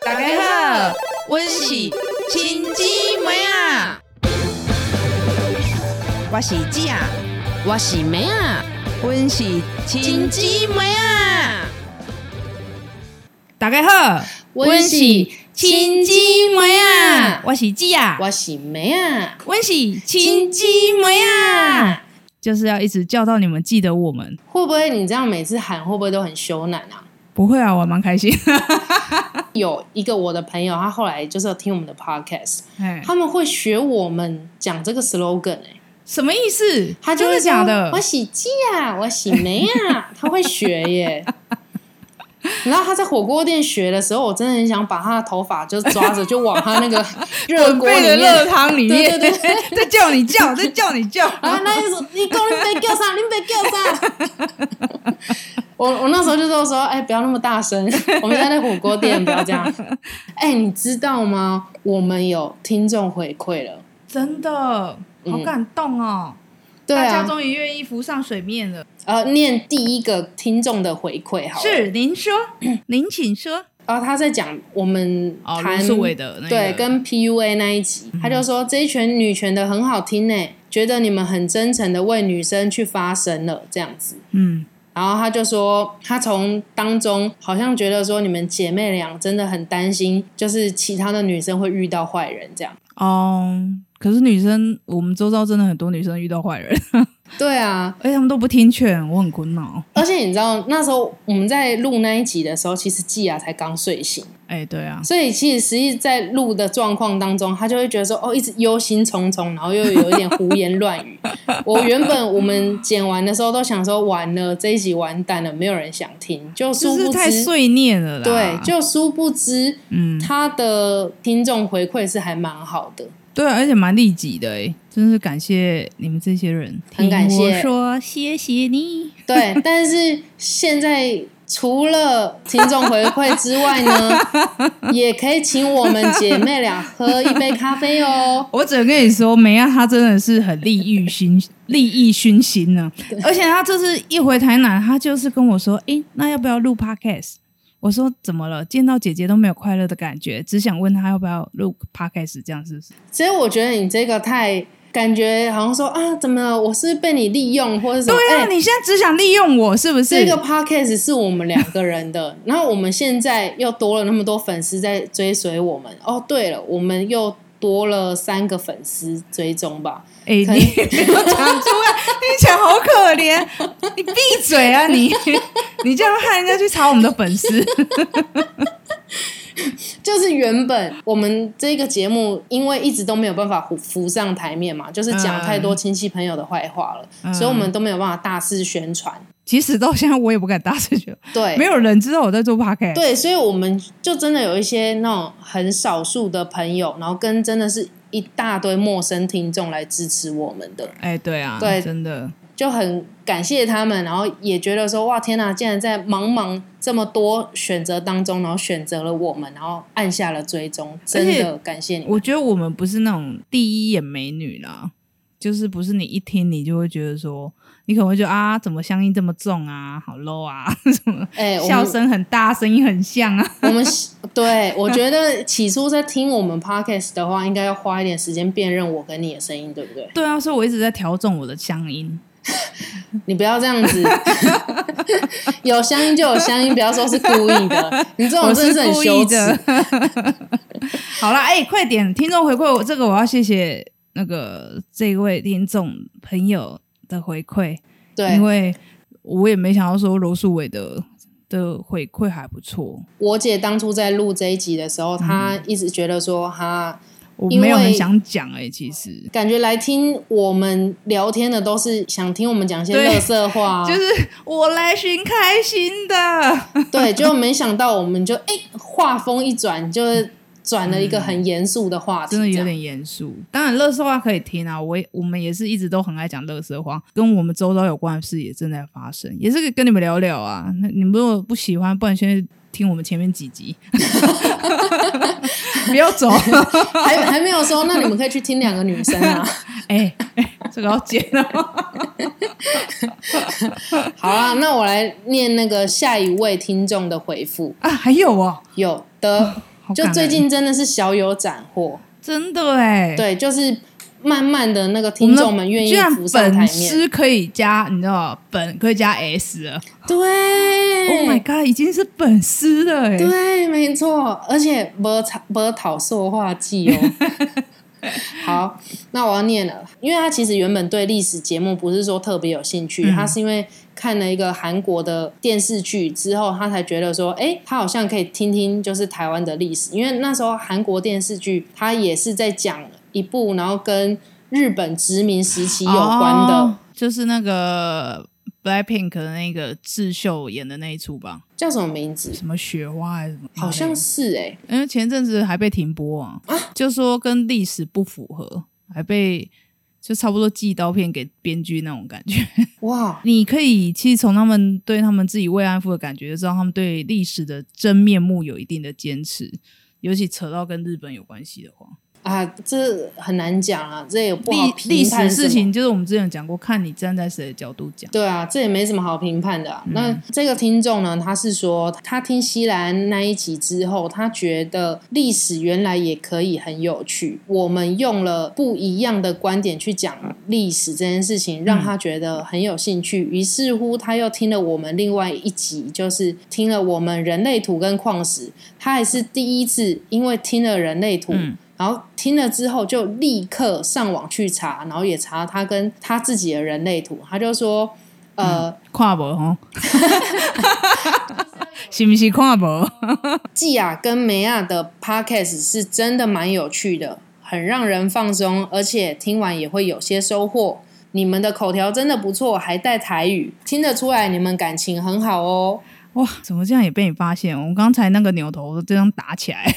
大家好，阮是亲姊妹啊，我是姊啊， 我是妹啊， 阮是亲姊妹啊。大家好， 阮是亲姊妹啊， 我是姊啊， 我是妹啊， 阮是亲姊妹啊。就是要一直叫到你们记得我们。 会不会你这样每次喊会不会都很羞赧啊？ 不会啊，我蛮开心。 有一个我的朋友，他后来就是有听我们的 podcast， 他们会学我们讲这个 slogan 什么意思？ 他就会真的假的？ 我是姊啊，我是妹啊，他会学耶。然后他在火锅店学的时候，我真的很想把他的头发就抓着，就往他那个热锅里面、 热汤里面， 对， 再叫你叫，再叫你叫。 啊，那就说你讲你别叫啥，你别叫啥。我那时候就说，不要那么大声，我们在那火锅店不要这样。你知道吗？我们有听众回馈了， 真的好感动哦。 对啊， 大家终于愿意浮上水面了。 念第一个听众的回馈好了。 是，您说，您请说。 他在讲我们谈卢素伟的那个对跟 PUA 那一集，他就说这一拳女权的很好听呢，觉得你们很真诚的为女生去发声了，这样子。然后他就说，他从当中好像觉得说，你们姐妹俩真的很担心，就是其他的女生会遇到坏人这样。 可是女生，我们周遭真的很多女生遇到坏人。 对啊， 而且他们都不听劝，我很困扰。 而且你知道，那时候我们在录那一集的时候，其实季亚才刚睡醒。 对啊， 所以其实实际在录的状况当中，他就会觉得说，一直忧心忡忡，然后又有一点胡言乱语。我们剪完的时候都想说，完了这一集完蛋了，没有人想听，就殊不知就是太碎念了啦。 对，就殊不知，他的听众回馈是还蛮好的。 对啊，而且蛮利己的真是感谢你们这些人， 很感谢。 我说谢谢你。 对，但是现在除了听众回馈之外呢，也可以请我们姐妹俩喝一杯咖啡哦。 我只能跟你说，梅亚她真的是很利益熏心呢。而且她这次一回台南，她就是跟我说，那要不要录 podcast？我说怎么了？见到姐姐都没有快乐的感觉，只想问她要不要录 podcast， 这样是不是？ 其实我觉得你这个太感觉好像说怎么了？我是被你利用或者什么？ 对啊，你现在只想利用我是不是？ 这个 podcast 是我们两个人的，然后我们现在又多了那么多粉丝在追随我们。对了，我们又多了3个粉丝追踪吧。 你不要讲出来，听起来好可怜。你闭嘴啊你！你这样害人家去查我们的粉丝。 就是原本我们这个节目因为一直都没有办法浮上台面嘛，就是讲太多亲戚朋友的坏话了，所以我们都没有办法大肆宣传。 其实到现在我也不敢大肆宣传， 对， 没有人知道我在做 podcast。对， 所以我们就真的有一些那种很少数的朋友，然后跟真的是一大堆陌生听众来支持我们的。 对啊， 对， 真的就很感谢他们，然后也觉得说，哇，天哪，竟然在茫茫这么多选择当中，然后选择了我们，然后按下了追踪，真的感谢你们。 我觉得我们不是那种第一眼美女啦，就是不是你一听你就会觉得说，你可能会觉得怎么乡音这么重啊，好 low 啊，什么笑声很大，声音很像啊。 对，我觉得起初在听我们 podcast 的话，应该要花一点时间辨认我跟你的声音，对不对？ 对啊，所以我一直在调整我的乡音。 你不要这样子，有乡音就有乡音，不要说是故意的。你这种真的是很羞耻。 好啦，快点，听众回馈这个我要谢谢那个这位听众朋友的回馈。对，因为我也没想到说罗素伟的回馈还不错。 我姐当初在录这一集的时候，她一直觉得说我没有很想讲其实感觉来听我们聊天的都是想听我们讲一些垃圾话， 就是我来寻开心的。对， 就没想到我们就话锋一转，就是转了一个很严肃的话题， 真的有点严肃。当然垃圾话可以听啊，我们也是一直都很爱讲垃圾话，跟我们周遭有关的事也正在发生，也是可以跟你们聊聊啊。那你们如果不喜欢，不然先听我们前面几集。不要走。 还没有说，那你们可以去听2个女生啊。 这个要剪哦。 好啦，那我来念那个下一位听众的回复还有哦， 有的。 就最近真的是小有斩获， 真的哎， 对，就是慢慢的那个听众们愿意浮上台面， 本诗可以加，你知道本可以加 S 了， 对 ，Oh my god， 已经是本诗了哎， 对，没错，而且没讨塑化剂哦。好，那我要念了，因为他其实原本对历史节目不是说特别有兴趣，他是因为看了一个韩国的电视剧之后，他才觉得说，他好像可以听听就是台湾的历史，因为那时候韩国电视剧他也是在讲一部，然后跟日本殖民时期有关的， 就是那个 Blackpink 的那个智秀演的那一出吧， 叫什么名字？ 什么雪花还是什么？ 好像是因为前阵子还被停播啊，就说跟历史不符合，还被就差不多寄刀片给编剧那种感觉。 哇！ 你可以其实从他们对他们自己慰安妇的感觉，就知道他们对历史的真面目有一定的坚持，尤其扯到跟日本有关系的话。 啊，这很难讲啊，这也不好评判。 历史的事情就是我们之前讲过，看你站在谁的角度讲。 对啊，这也没什么好评判的那这个听众呢，他是说他听西兰那一集之后，他觉得历史原来也可以很有趣。我们用了不一样的观点去讲历史这件事情，让他觉得很有兴趣。于是乎，他又听了我们另外一集，就是听了我们人类图跟矿石。他还是第一次，因为听了人类图。然后听了之后就立刻上网去查，然后也查他跟他自己的人类图，他就说看不吼是不是看不季亚跟梅亚的 podcast 是真的蛮有趣的，很让人放松，而且听完也会有些收获。你们的口条真的不错，还带台语，听得出来你们感情很好哦。 哇，怎么这样也被你发现？我们刚才那个扭头都这样打起来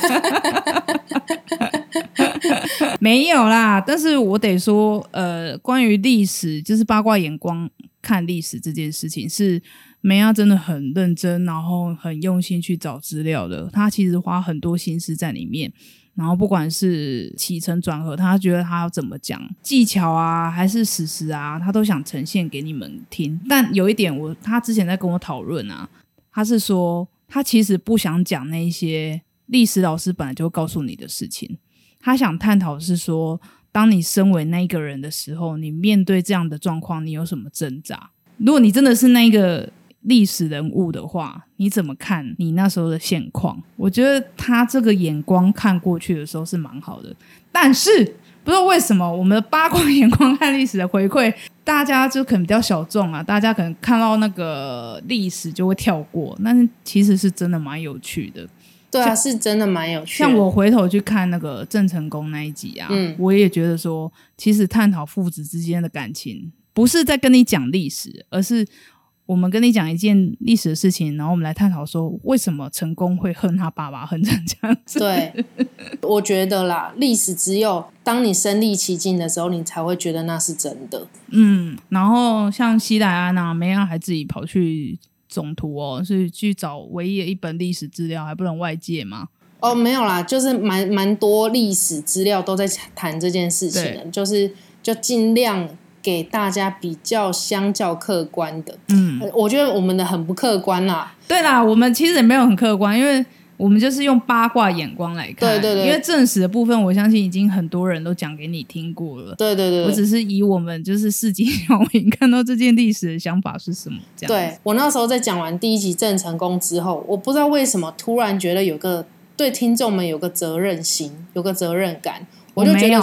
没有啦，但是我得说关于历史就是八卦眼光看历史这件事情，是梅亚真的很认真，然后很用心去找资料的，他其实花很多心思在里面，然后不管是起承转合，他觉得他要怎么讲技巧啊还是史实啊，他都想呈现给你们听。但有一点他之前在跟我讨论啊，他是说他其实不想讲那些历史老师本来就会告诉你的事情，他想探讨是说当你身为那一个人的时候，你面对这样的状况你有什么挣扎，如果你真的是那个历史人物的话，你怎么看你那时候的现况？我觉得他这个眼光看过去的时候是蛮好的，但是不知道为什么我们的八卦眼光看历史的回馈，大家就可能比较小众啊，大家可能看到那个历史就会跳过，但是其实是真的蛮有趣的。 对啊，是真的蛮有趣的。 像我回头去看那个郑成功那一集啊，我也觉得说其实探讨父子之间的感情不是在跟你讲历史，而是我们跟你讲一件历史的事情，然后我们来探讨说为什么成功会恨他爸爸恨成这样子。 对，我觉得啦，历史只有当你身历其境的时候，你才会觉得那是真的。 然后像西莱安啊，梅亚还自己跑去总图哦，是去找唯一的一本历史资料，还不能外界吗？ 哦，没有啦，就是蛮多历史资料都在谈这件事情的，就尽量给大家比较相较客观的。我觉得我们的很不客观啦。 对啦，我们其实也没有很客观，因为我们就是用八卦眼光来看。对，因为正史的部分我相信已经很多人都讲给你听过了。对，我只是以我们就是市井小民看到这件历史的想法是什么这样。 对，我那时候在讲完第一集郑成功之后，我不知道为什么突然觉得有个对听众们有个责任心，有个责任感，我就觉得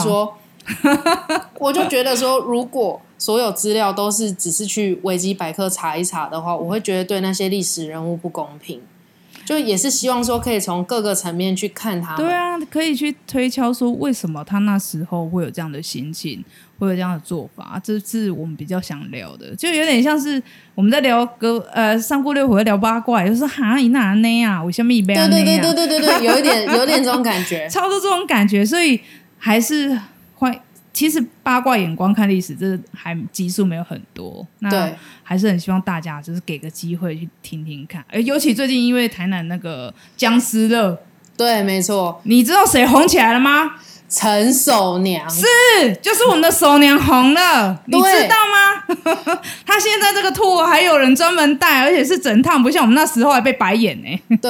说如果所有资料都是只是去维基百科查一查的话，我会觉得对那些历史人物不公平，就也是希望说可以从各个层面去看他们。 对啊，可以去推敲说为什么他那时候会有这样的心情，会有这样的做法，这是我们比较想聊的，就有点像是我们在聊三姑六婆聊八卦，就是哈你哪那啊，为什么一杯啊？ 对，有点这种感觉， 超多这种感觉，所以还是其实八卦眼光看历史，这还集数没有很多，那还是很希望大家就是给个机会去听听看。尤其最近因为台南那个僵尸热， 对，没错， 你知道谁红起来了吗？ 陈守娘， 是，就是我们的守娘红了，你知道吗？他现在这个兔还有人专门戴，而且是整趟，不像我们那时候还被白眼呢。 对，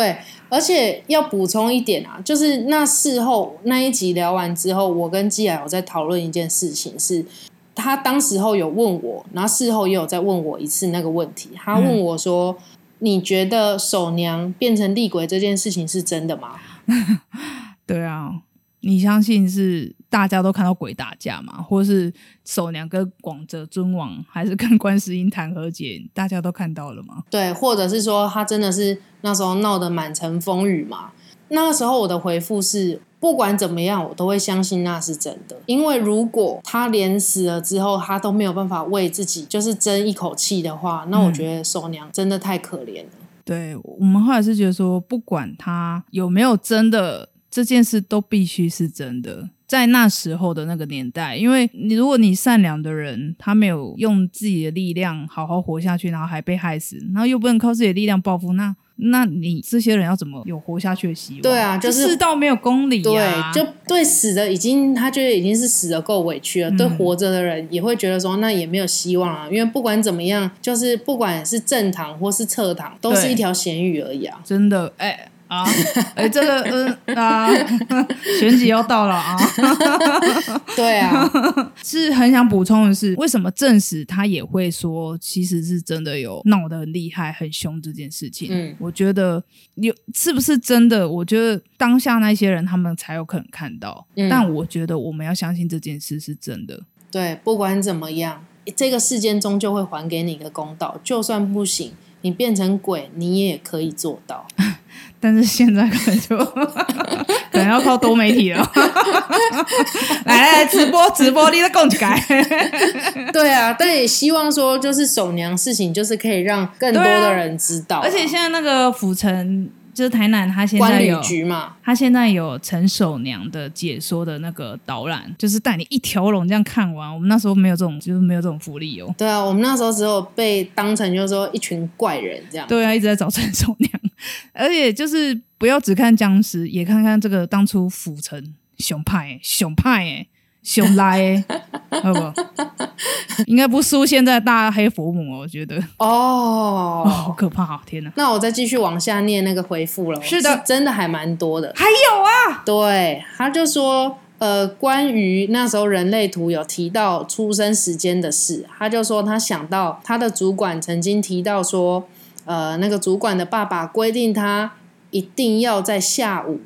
而且要补充一点啊，就是那事后那一集聊完之后，我跟基雅有在讨论一件事情是。他当时候有问我，然后事后也有再问我一次那个问题。他问我说：“你觉得守娘变成厉鬼这件事情是真的吗？” 对啊，你相信是大家都看到鬼打架吗？或是守娘跟广泽尊王，还是跟观世音谈和解，大家都看到了吗？ 对，或者是说他真的是那时候闹得满城风雨嘛？那个时候我的回复是，不管怎么样，我都会相信那是真的。因为如果他连死了之后，他都没有办法为自己就是争一口气的话，那我觉得守娘真的太可怜了。 对，我们后来是觉得说，不管他有没有真的，这件事都必须是真的。在那时候的那个年代，因为如果你善良的人，他没有用自己的力量好好活下去，然后还被害死，然后又不能靠自己的力量报复，那你这些人要怎么有活下去的希望？ 对啊，就是世道没有公理啊。 对，就对死的他觉得已经是死的够委屈了，对活着的人也会觉得说那也没有希望啊，因为不管怎么样，就是不管是正堂或是侧堂，都是一条咸鱼而已啊。 真的，这个选举要到了啊！ 对啊， 是很想补充的是，为什么正史他也会说，其实是真的有闹得很厉害、很凶这件事情。我觉得是不是真的？我觉得当下那些人他们才有可能看到，但我觉得我们要相信这件事是真的。 对，不管怎么样，这个世间终究会还给你一个公道，就算不行，你变成鬼，你也可以做到。 但是现在可能就可能要靠多媒体了。来直播，你在讲一改。 对啊，但也希望说，就是守娘事情，就是可以让更多的人知道。 而且现在那个府城。就是台南，他现在有局嘛， 他现在有陈守娘的解说的那个导览，就是带你一条龙这样看完。我们那时候没有这种，就是没有这种福利哦。 对啊，我们那时候只有被当成就是说一群怪人这样。 对啊，一直在找陈守娘，而且就是不要只看僵尸，也看看这个当初府城熊派熊来好不好？应该不输现在大黑佛母我觉得。好可怕天哪！ 那我再继续往下念那个回复了。 是的， 真的还蛮多的。 还有啊， 对，他就说关于那时候人类图有提到出生时间的事，他就说他想到他的主管曾经提到说，那个主管的爸爸规定他一定要在下午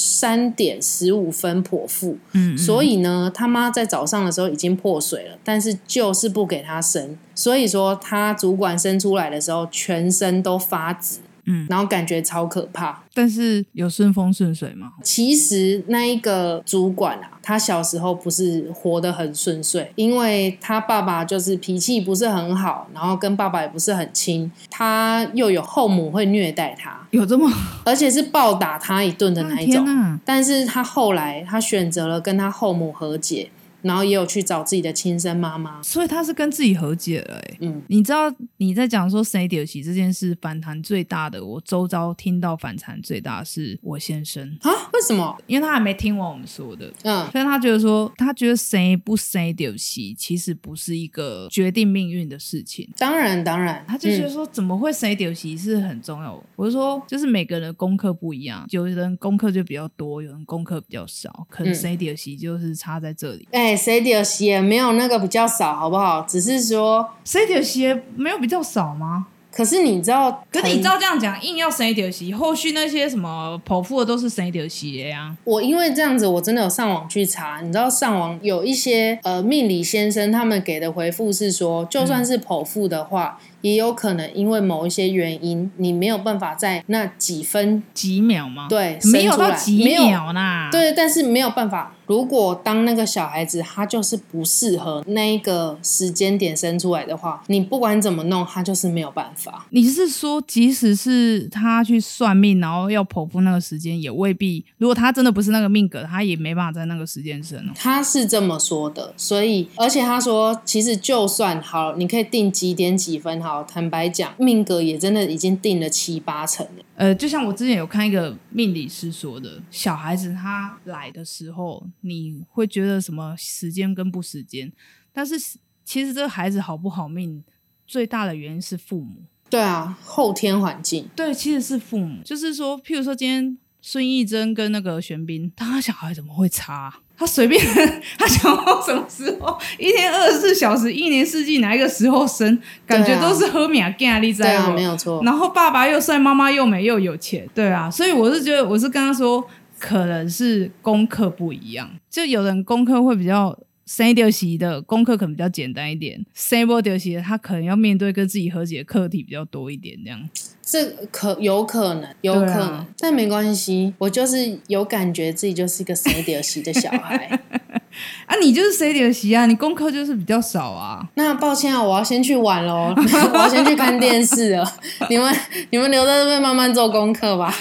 3:15剖腹，所以呢，他妈在早上的时候已经破水了，但是就是不给他生，所以说他主管生出来的时候全身都发紫，然后感觉超可怕。 但是有顺风顺水吗？ 其实那一个主管啊，他小时候不是活得很顺遂，因为他爸爸就是脾气不是很好，然后跟爸爸也不是很亲，他又有后母会虐待他， 有这么， 而且是暴打他一顿的那一种。 天哪！ 但是他后来他选择了跟他后母和解，然后也有去找自己的亲生妈妈， 所以他是跟自己和解了你知道你在讲说谁丢起这件事反弹最大的，我周遭听到反弹最大的是我先生啊？为什么？ 因为他还没听完我们说的，所以他觉得说，他觉得谁不谁丢起其实不是一个决定命运的事情。 当然， 他就觉得说，怎么会谁丢起是很重要。我就说，就是每个人的功课不一样，有人功课就比较多，有人功课比较少，可能谁丢起就是差在这里。 谁丢起也没有那个比较少，好不好？只是说谁丢起没有比较少吗？ 可是你知道， 可是你照这样讲，硬要生丢席，后续那些什么剖腹的都是生丢席的呀。 我因为这样子，我真的有上网去查，你知道上网有一些命理先生他们给的回复是说，就算是剖腹的话，也有可能因为某一些原因，你没有办法在那几分几秒吗？ 对， 没有到几秒啦。 对，但是没有办法。如果当那个小孩子他就是不适合那一个时间点生出来的话，你不管怎么弄，他就是没有办法。 你是说，即使是他去算命，然后要剖腹那个时间，也未必。如果他真的不是那个命格，他也没办法在那个时间生哦。 他是这么说的，所以而且他说，其实就算好，你可以定几点几分好，坦白讲，命格也真的已经定了7-8成了。 就像我之前有看一个命理师说的，小孩子他来的时候，你会觉得什么时间跟不时间，但是其实这个孩子好不好命，最大的原因是父母。 对啊，后天环境。 对，其实是父母，就是说譬如说今天孙艺珍跟那个玄彬，他小孩怎么会差他随便他想要什么时候，一天24小时，一年四季哪一个时候生，感觉都是喝米啊干你知道吗？ 对啊，没有错。 然后爸爸又帅，妈妈又美又有钱，对啊，所以我是觉得，我是跟他说，可能是功课不一样，就有人功课会比较生丢席的功课可能比较简单一点，生不丢席的他可能要面对跟自己和解的课题比较多一点，这样。 这有可能，有可能，啊，但没关系，我就是有感觉自己就是一个生丢席的小孩。 啊，你就是生丢席啊，你功课就是比较少啊。 那抱歉啊，我要先去玩咯我要先去看电视了。你们留在这边慢慢做功课吧。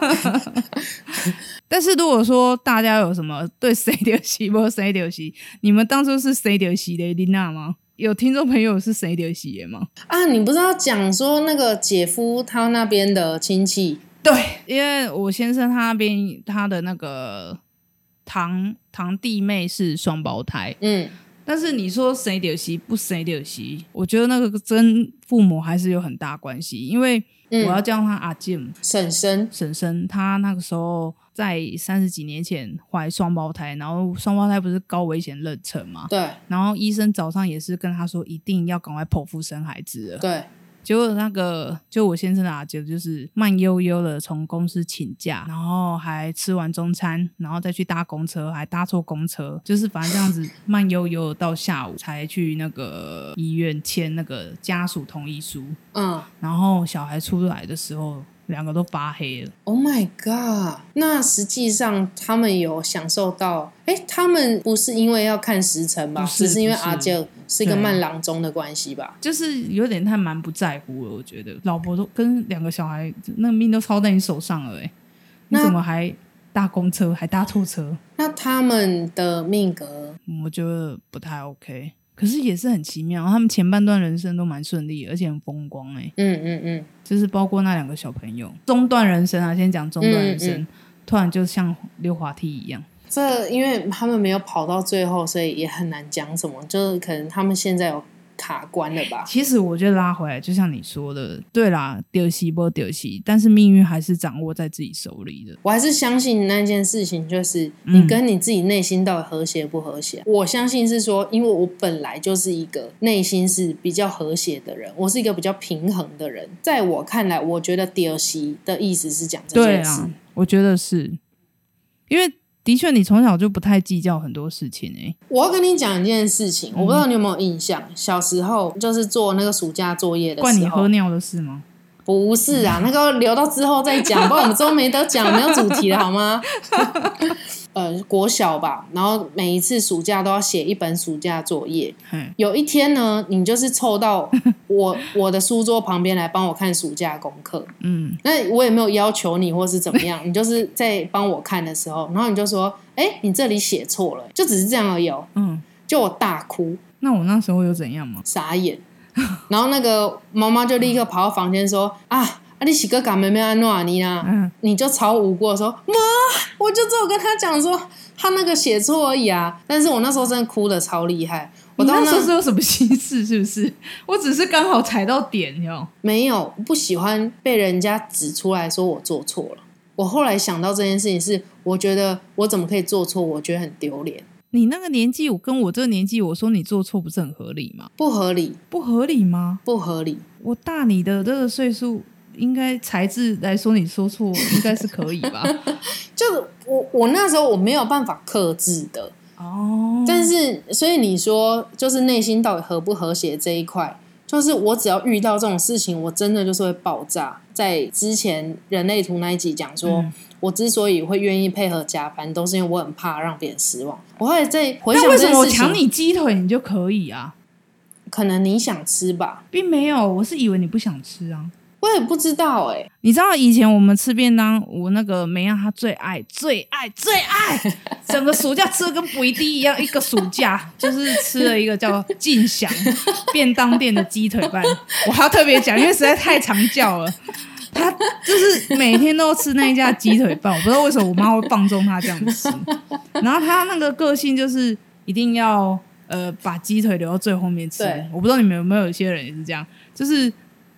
但是如果说大家有什么对生丢席或生丢席，你们当初是生丢席的丽娜吗？有听众朋友是生丢席的吗？ 啊，你不是要讲说那个姐夫他那边的亲戚？ 对，因为我先生他那边他的那个堂弟妹是双胞胎，但是你说生丢席不生丢席，我觉得那个跟父母还是有很大关系，因为我要叫他阿静婶婶， 他那个时候在30几年前怀双胞胎，然后双胞胎不是高危险妊娠嘛？ 对。 然后医生早上也是跟他说，一定要赶快剖腹生孩子了。 对。 结果那个就我先生的阿舅就是慢悠悠的从公司请假，然后还吃完中餐，然后再去搭公车，还搭错公车，就是反正这样子慢悠悠的到下午才去那个医院签那个家属同意书。然后小孩出来的时候两个都发黑了。 Oh my god， 那实际上他们有享受到他们不是因为要看时辰吧，只是因为阿舅是一个慢郎中的关系吧， 就是有点太蛮不在乎了。我觉得老婆都跟2个小孩那命都操在你手上了，你怎么还搭公车还搭错车？ 那他们的命格我觉得不太 OK，可是也是很奇妙，他们前半段人生都蛮顺利，而且很风光就是包括那2个小朋友。中段人生啊，先讲中段人生，突然就像溜滑梯一样。 这因为他们没有跑到最后，所以也很难讲什么，就是可能他们现在有卡关了吧。 其实我觉得拉回来就像你说的，对啦，丢西不丢西，但是命运还是掌握在自己手里的。 我还是相信那件事情就是你跟你自己内心到底和谐不和谐。我相信是说，因为我本来就是一个内心是比较和谐的人，我是一个比较平衡的人，在我看来我觉得丢西的意思是讲这件事。 对啊，我觉得是因为的确你从小就不太计较很多事情我要跟你讲一件事情，我不知道你有没有印象，小时候就是做那个暑假作业的时候。 关你喝尿的事吗？ 不是啊，那个留到之后再讲，不然我们之后没得讲，没有主题了好吗？国小吧，然后每一次暑假都要写一本暑假作业。有一天呢，你就是凑到我的书桌旁边来帮我看暑假功课。那我也没有要求你或是怎么样，你就是在帮我看的时候，然后你就说：“你这里写错了。”就只是这样而已哦。就我大哭。 那我那时候有怎样吗？ 傻眼。然后那个妈妈就立刻跑到房间说：“你是个干妹妹安怎你啊？”你就超无辜的说：“妈，我就只有跟他讲说他那个写错而已啊。”但是我那时候真的哭得超厉害。 你那时候是有什么心事是不是？我只是刚好踩到点哟。 没有，不喜欢被人家指出来说我做错了。我后来想到这件事情是，我觉得我怎么可以做错？我觉得很丢脸。 你那个年纪，我跟我这个年纪，我说你做错不是很合理吗？ 不合理。 不合理吗？ 不合理。 我大你的这个岁数，应该才智来说你说错应该是可以吧？ 就我那时候我没有办法克制的但是所以你说就是内心到底和不和谐这一块，就是我只要遇到这种事情，我真的就是会爆炸。在之前人类图那一集讲说，我之所以会愿意配合加班，都是因为我很怕让别人失望。我后来在回想这件事情， 那为什么我抢你鸡腿你就可以啊？ 可能你想吃吧， 并没有，我是以为你不想吃啊。 我也不知道你知道以前我们吃便当，我那个梅亚她最爱，整个暑假吃的跟肥滴一样，一个暑假就是吃了一个叫劲享便当店的鸡腿饭。我还要特别讲，因为实在太常叫了。他就是每天都吃那一家鸡腿饭，我不知道为什么我妈会放纵他这样吃。然后他那个个性就是一定要把鸡腿留到最后面吃。我不知道你们有没有一些人也是这样，就是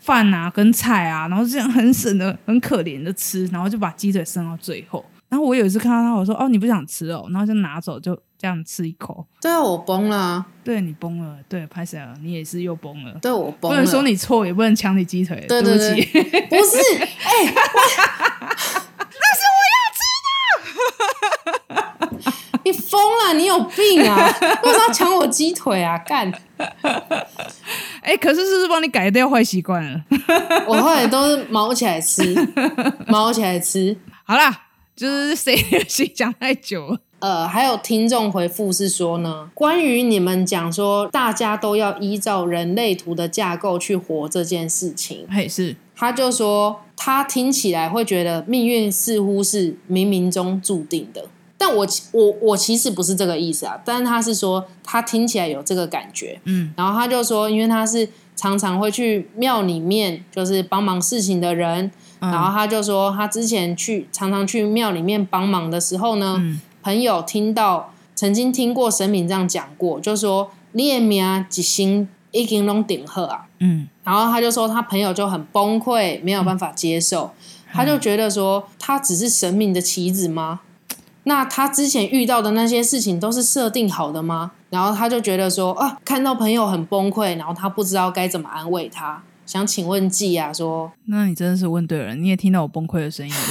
饭啊跟菜啊，然后这样很省的很可怜的吃，然后就把鸡腿剩到最后。然后我有一次看到他，我说哦你不想吃哦，然后就拿走就这样吃一口。 对啊，我崩了啊。 对，你崩了，对，拍谁了？你也是又崩了。 对，我崩了。 不能说你错，也不能抢你鸡腿。 对对对， 对不起， 不是， 那是我要吃的。 你疯了，你有病啊！为什么要抢我鸡腿啊？干！ 可是是不是帮你改掉坏习惯了？ 我后来都是毛起来吃，毛起来吃。 好啦，就是谁的戏讲太久了。 还有听众回复是说呢，关于你们讲说大家都要依照人类图的架构去活这件事情， 是， 他就说他听起来会觉得命运似乎是冥冥中注定的。但我其实不是这个意思啊，但是他是说他听起来有这个感觉，然后他就说，因为他是常常会去庙里面，就是帮忙事情的人，然后他就说他之前常常去庙里面帮忙的时候呢，朋友曾经听过神明这样讲过，就说你的命一生已经都定好啊，然后他就说他朋友就很崩溃，没有办法接受，他就觉得说他只是神明的棋子吗？那他之前遇到的那些事情都是设定好的吗？然后他就觉得说看到朋友很崩溃，然后他不知道该怎么安慰他，想请问季啊说， 那你真的是问对了，你也听到我崩溃的声音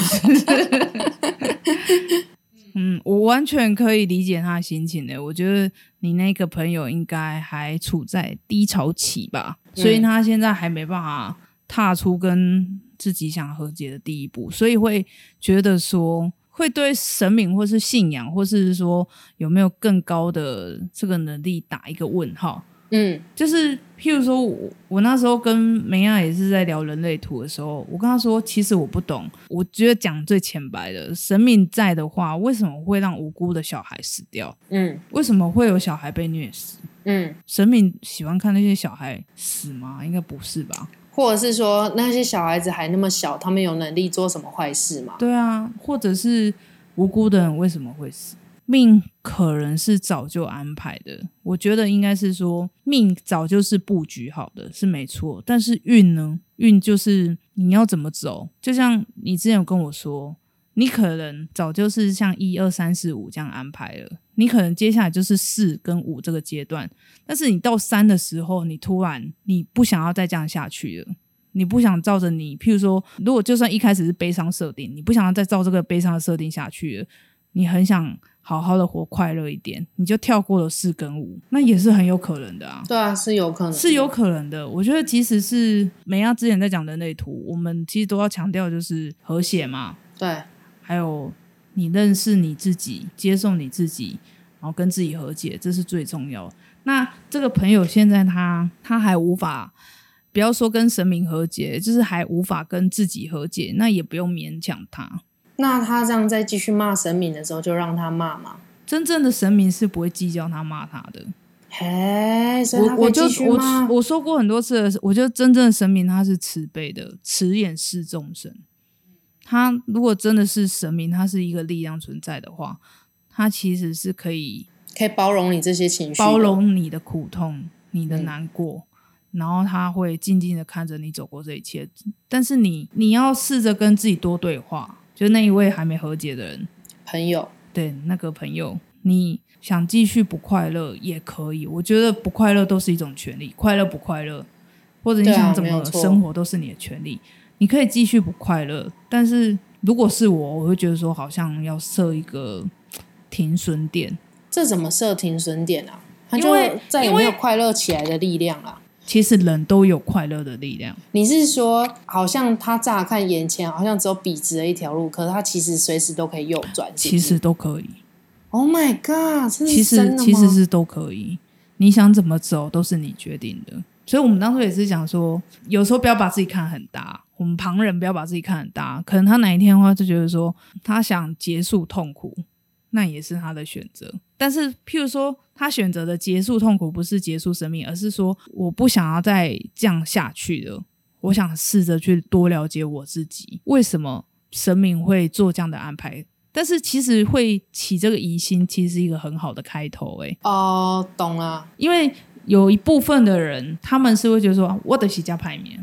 我完全可以理解他的心情的。我觉得你那个朋友应该还处在低潮期吧，所以他现在还没办法踏出跟自己想和解的第一步，所以会觉得说会对神明或是信仰或是说有没有更高的这个能力打一个问号。就是譬如说我那时候跟梅亚也是在聊人类图的时候，我跟他说其实我不懂，我觉得讲最浅白的，神明在的话为什么会让无辜的小孩死掉？为什么会有小孩被虐死？神明喜欢看那些小孩死吗？应该不是吧？ 或者是说那些小孩子还那么小，他们有能力做什么坏事吗？ 对啊，或者是无辜的人为什么会死？命可能是早就安排的，我觉得应该是说命早就是布局好的，是没错。但是运呢？运就是你要怎么走，就像你之前有跟我说，你可能早就是像1、2、3、4、5这样安排了，你可能接下来就是4跟5这个阶段，但是你到3的时候，你突然你不想要再这样下去了，你不想照着你，譬如说如果就算一开始是悲伤设定，你不想要再照这个悲伤的设定下去了，你很想好好的活快乐一点，你就跳过了4跟5，那也是很有可能的啊。 对啊，是有可能的， 是有可能的。我觉得即使是美亚之前在讲人类图，我们其实都要强调就是和谐嘛， 对， 还有你认识你自己，接受你自己，然后跟自己和解，这是最重要的。那这个朋友现在他还无法，不要说跟神明和解，就是还无法跟自己和解，那也不用勉强他。 那他这样再继续骂神明的时候，就让他骂嘛。 真正的神明是不会计较他骂他的。 所以他可以继续骂。 我说过很多次了，我觉得真正的神明他是慈悲的，慈眼视众生。他如果真的是神明，他是一个力量存在的话，他其实是可以包容你这些情绪， 包容你的苦痛，你的难过，然后他会静静的看着你走过这一切。但是你要试着跟自己多对话，就是那一位还没和解的人朋友， 对，那个朋友，你想继续不快乐也可以，我觉得不快乐都是一种权利，快乐不快乐或者你想怎么生活都是你的权利，你可以继续不快乐，但是如果是我会觉得说好像要设一个停损点。 这怎么设停损点啊？他就再也没有快乐起来的力量啊。 其实人都有快乐的力量。 你是说好像他乍看眼前好像只有笔直的一条路，可是他其实随时都可以右转， 其实都可以。 Oh my god， 这是真的吗？ 其实是都可以，你想怎么走都是你决定的。所以我们当初也是讲说，有时候不要把自己看很大，我们旁人不要把自己看很大，可能他哪一天的话就觉得说他想结束痛苦，那也是他的选择。但是譬如说他选择的结束痛苦不是结束生命，而是说我不想要再这样下去了，我想试着去多了解我自己，为什么神明会做这样的安排。但是其实会起这个疑心其实是一个很好的开头。 懂了。 因为有一部分的人他们是会觉得说我就是这样歹命，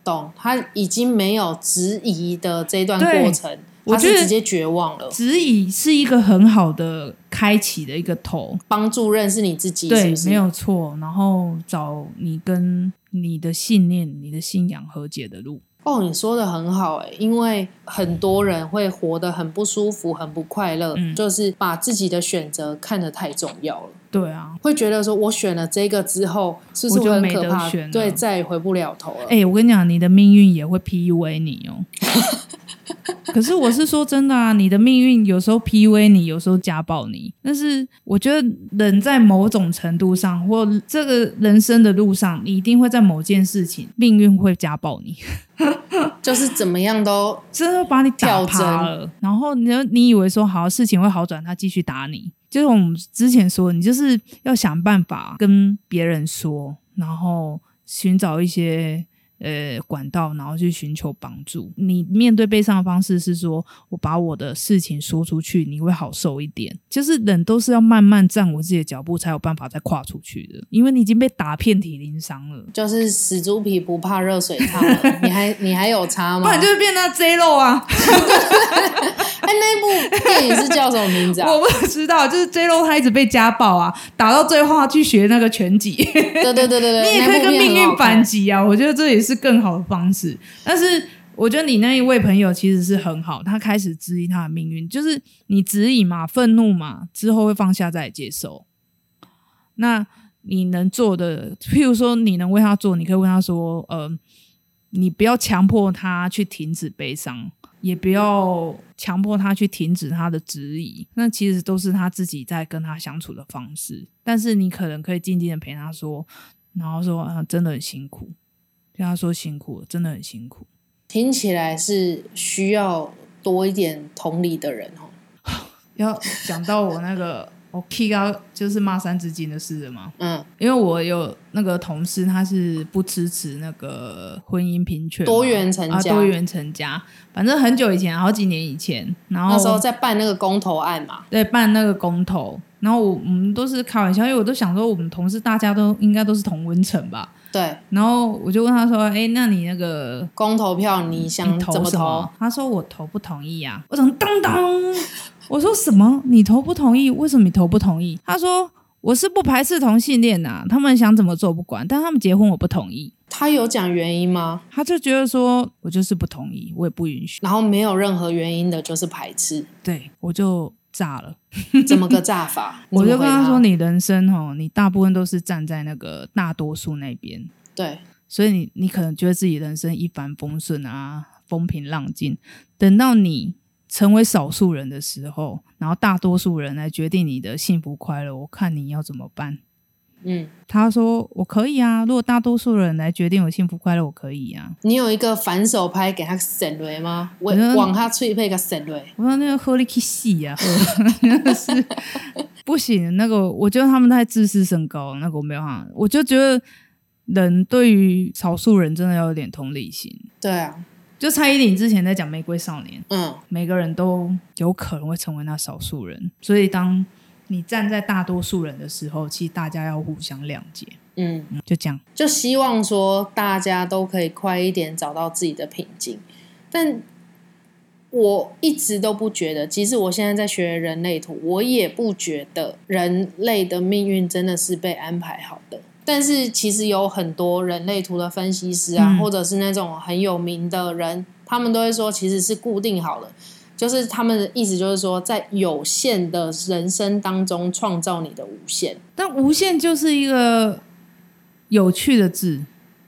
懂，他已经没有质疑的这段过程，他是直接绝望了。 质疑是一个很好的开启的一个头， 帮助认识你自己， 对， 是不是？ 没有错。然后找你跟你的信念、你的信仰和解的路。 哦，你说的很好欸，因为很多人会活得很不舒服、很不快乐，就是把自己的选择看得太重要了。 对啊， 会觉得说我选了这个之后，是不是很可怕？对，再也回不了头了。 我跟你讲，你的命运也会 PUA 你哦。可是我是说真的啊，你的命运有时候 PUA 你，有时候家暴你。但是我觉得人在某种程度上，或这个人生的路上，你一定会在某件事情，命运会家暴你。 就是怎么样都真的把你打趴了，然后你以为说好事情会好转，他继续打你。就是我们之前说，你就是要想办法跟别人说，然后寻找一些管道，然后去寻求帮助。你面对悲伤的方式是说，我把我的事情说出去，你会好受一点。就是人都是要慢慢站稳自己的脚步，才有办法再跨出去的。因为你已经被打遍体鳞伤了， 就是死猪皮不怕热水烫了。你还有差吗？ 不然就是变成 J-Lo 啊。 那部电影是叫什么名字啊？ 我不知道，就是 J-Lo 他一直被家暴啊，打到最后他去学那个拳击。 对， 你也可以跟命运反击啊，我觉得这也是更好的方式。但是我觉得你那一位朋友其实是很好，他开始质疑他的命运，就是你质疑嘛，愤怒嘛，之后会放下再接受。那你能做的，譬如说你能为他做，你可以问他说你不要强迫他去停止悲伤，也不要强迫他去停止他的质疑，那其实都是他自己在跟他相处的方式。但是你可能可以静静的陪他说，然后说真的很辛苦，跟他说辛苦了，真的很辛苦。 听起来是需要多一点同理的人哦。 要讲到我那个我 K 到就是骂三字经的事了吗？因为我有那个同事，他是不支持那个婚姻平权， 多元成家， 多元成家。反正很久以前，好几年以前，然后那时候在办那个公投案嘛， 对，办那个公投。然后我们都是开玩笑，因为我都想说，我们同事大家都应该都是同温层吧。 对。 然后我就问他说：“那你那个公投票你想怎么投？” 他说：“我投不同意啊。”我怎么当当？我说什么？你投不同意？为什么你投不同意？他说：“我是不排斥同性恋啊，他们想怎么做不管，但他们结婚我不同意。” 他有讲原因吗？ 他就觉得说我就是不同意，我也不允许， 然后没有任何原因的，就是排斥。 对，我就炸了。 怎么个炸法？ 我就跟他说：“你人生你大部分都是站在那个大多数那边， 对， 所以你可能觉得自己人生一帆风顺啊，风平浪静。等到你成为少数人的时候，然后大多数人来决定你的幸福快乐，我看你要怎么办？”他说我可以啊，如果大多数人来决定我幸福快乐，我可以啊。 你有一个反手拍给他闪雷吗？往他脆配个闪雷。 我说那个喝力去洗啊，真的是不行。那个我觉得他们太自视甚高，那个我没有办法。我就觉得人对于少数人真的要有点同理心。 对啊， 就蔡依林之前在讲玫瑰少年，每个人都有可能会成为那少数人，所以当你站在大多数人的时候，其实大家要互相谅解。就这样， 就希望说大家都可以快一点找到自己的平静。但我一直都不觉得，即使我现在在学人类图，我也不觉得人类的命运真的是被安排好的。但是其实有很多人类图的分析师啊，或者是那种很有名的人，他们都会说其实是固定好了。就是他们的意思就是说，在有限的人生当中创造你的无限。 但无限就是一个有趣的字，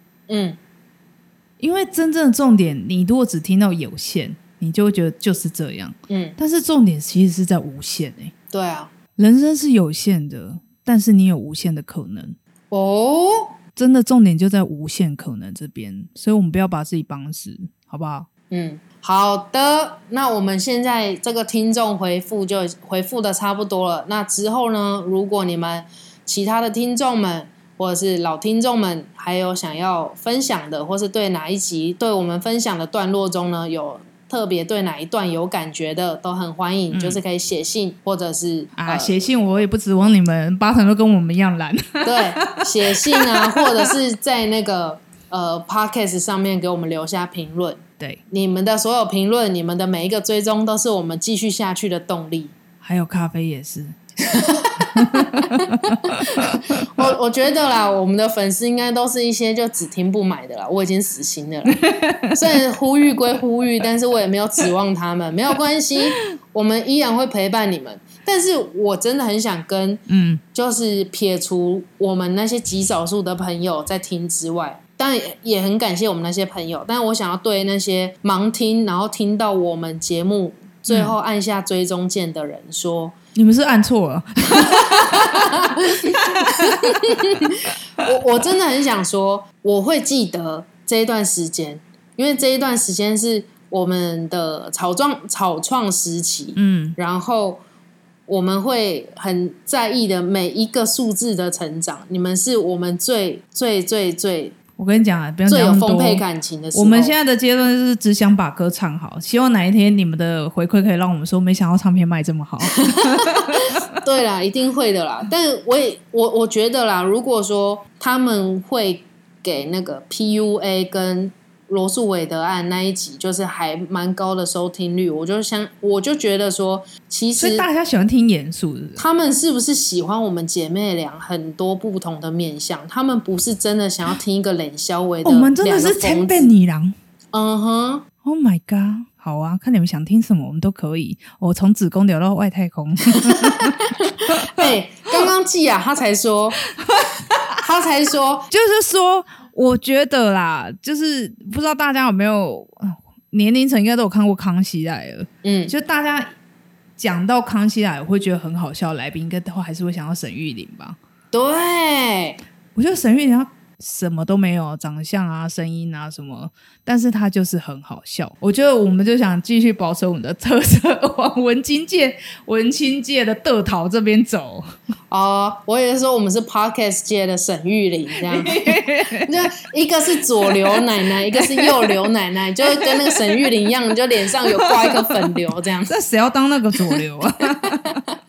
因为真正的重点，你如果只听到有限，你就会觉得就是这样，但是重点其实是在无限欸。 对啊， 人生是有限的，但是你有无限的可能哦。 真的重点就在无限可能这边，所以我们不要把自己绑死，好不好？ 好的，那我们现在这个听众回复就回复的差不多了。那之后呢，如果你们其他的听众们或者是老听众们还有想要分享的，或是对哪一集对我们分享的段落中呢，有特别对哪一段有感觉的，都很欢迎，就是可以写信或者是写信我也不指望你们8成都跟我们一样懒。 对，写信啊，或者是在那个 Podcast 上面给我们留下评论。 对， 你们的所有评论，你们的每一个追踪都是我们继续下去的动力。 还有咖啡也是。 我觉得啦，我们的粉丝应该都是一些就只听不买的啦，我已经死心了啦。虽然呼吁归呼吁，但是我也没有指望他们，没有关系，我们依然会陪伴你们。但是我真的很想跟，就是撇除我们那些极少数的朋友在听之外，当然也很感谢我们那些朋友，但我想要对那些盲听然后听到我们节目最后按下追踪键的人说， 你们是按错了。 我真的很想说，我会记得这一段时间，因为这一段时间是我们的草创时期，然后我们会很在意的每一个数字的成长，你们是我们最我跟你讲啊，不要讲最有那么多丰沛感情的时候。 我们现在的阶段就是只想把歌唱好，希望哪一天你们的回馈可以让我们说，没想到唱片卖这么好。 对啦，一定会的啦。但我觉得啦，如果说他们会给那个 PUA 跟罗素韦德案那一集就是还蛮高的收听率，我就觉得说，其实所以大家喜欢听严肃的， 他们是不是喜欢我们姐妹俩很多不同的面向？他们不是真的想要听一个冷笑话的， 我们真的是千变女郎。Oh my god！ 好啊，看你们想听什么，我们都可以。我从子宫聊到外太空。 刚刚季雅他才说， 就是说。我觉得啦，就是不知道大家有没有年龄层应该都有看过《康熙来了》，就大家讲到《康熙来了》会觉得很好笑，来宾应该还是会想到沈玉琳吧？ 对， 我觉得沈玉琳她什么都没有，长相啊、声音啊什么，但是她就是很好笑。我觉得我们就想继续保持我们的特色，往文青界的得桃这边走。 我也是说我们是 Podcast 界的沈玉琳这样，就一个是左刘奶奶，一个是右刘奶奶，就跟那个沈玉琳一样，就脸上有挂一颗粉瘤这样。 这谁要当那个左刘啊？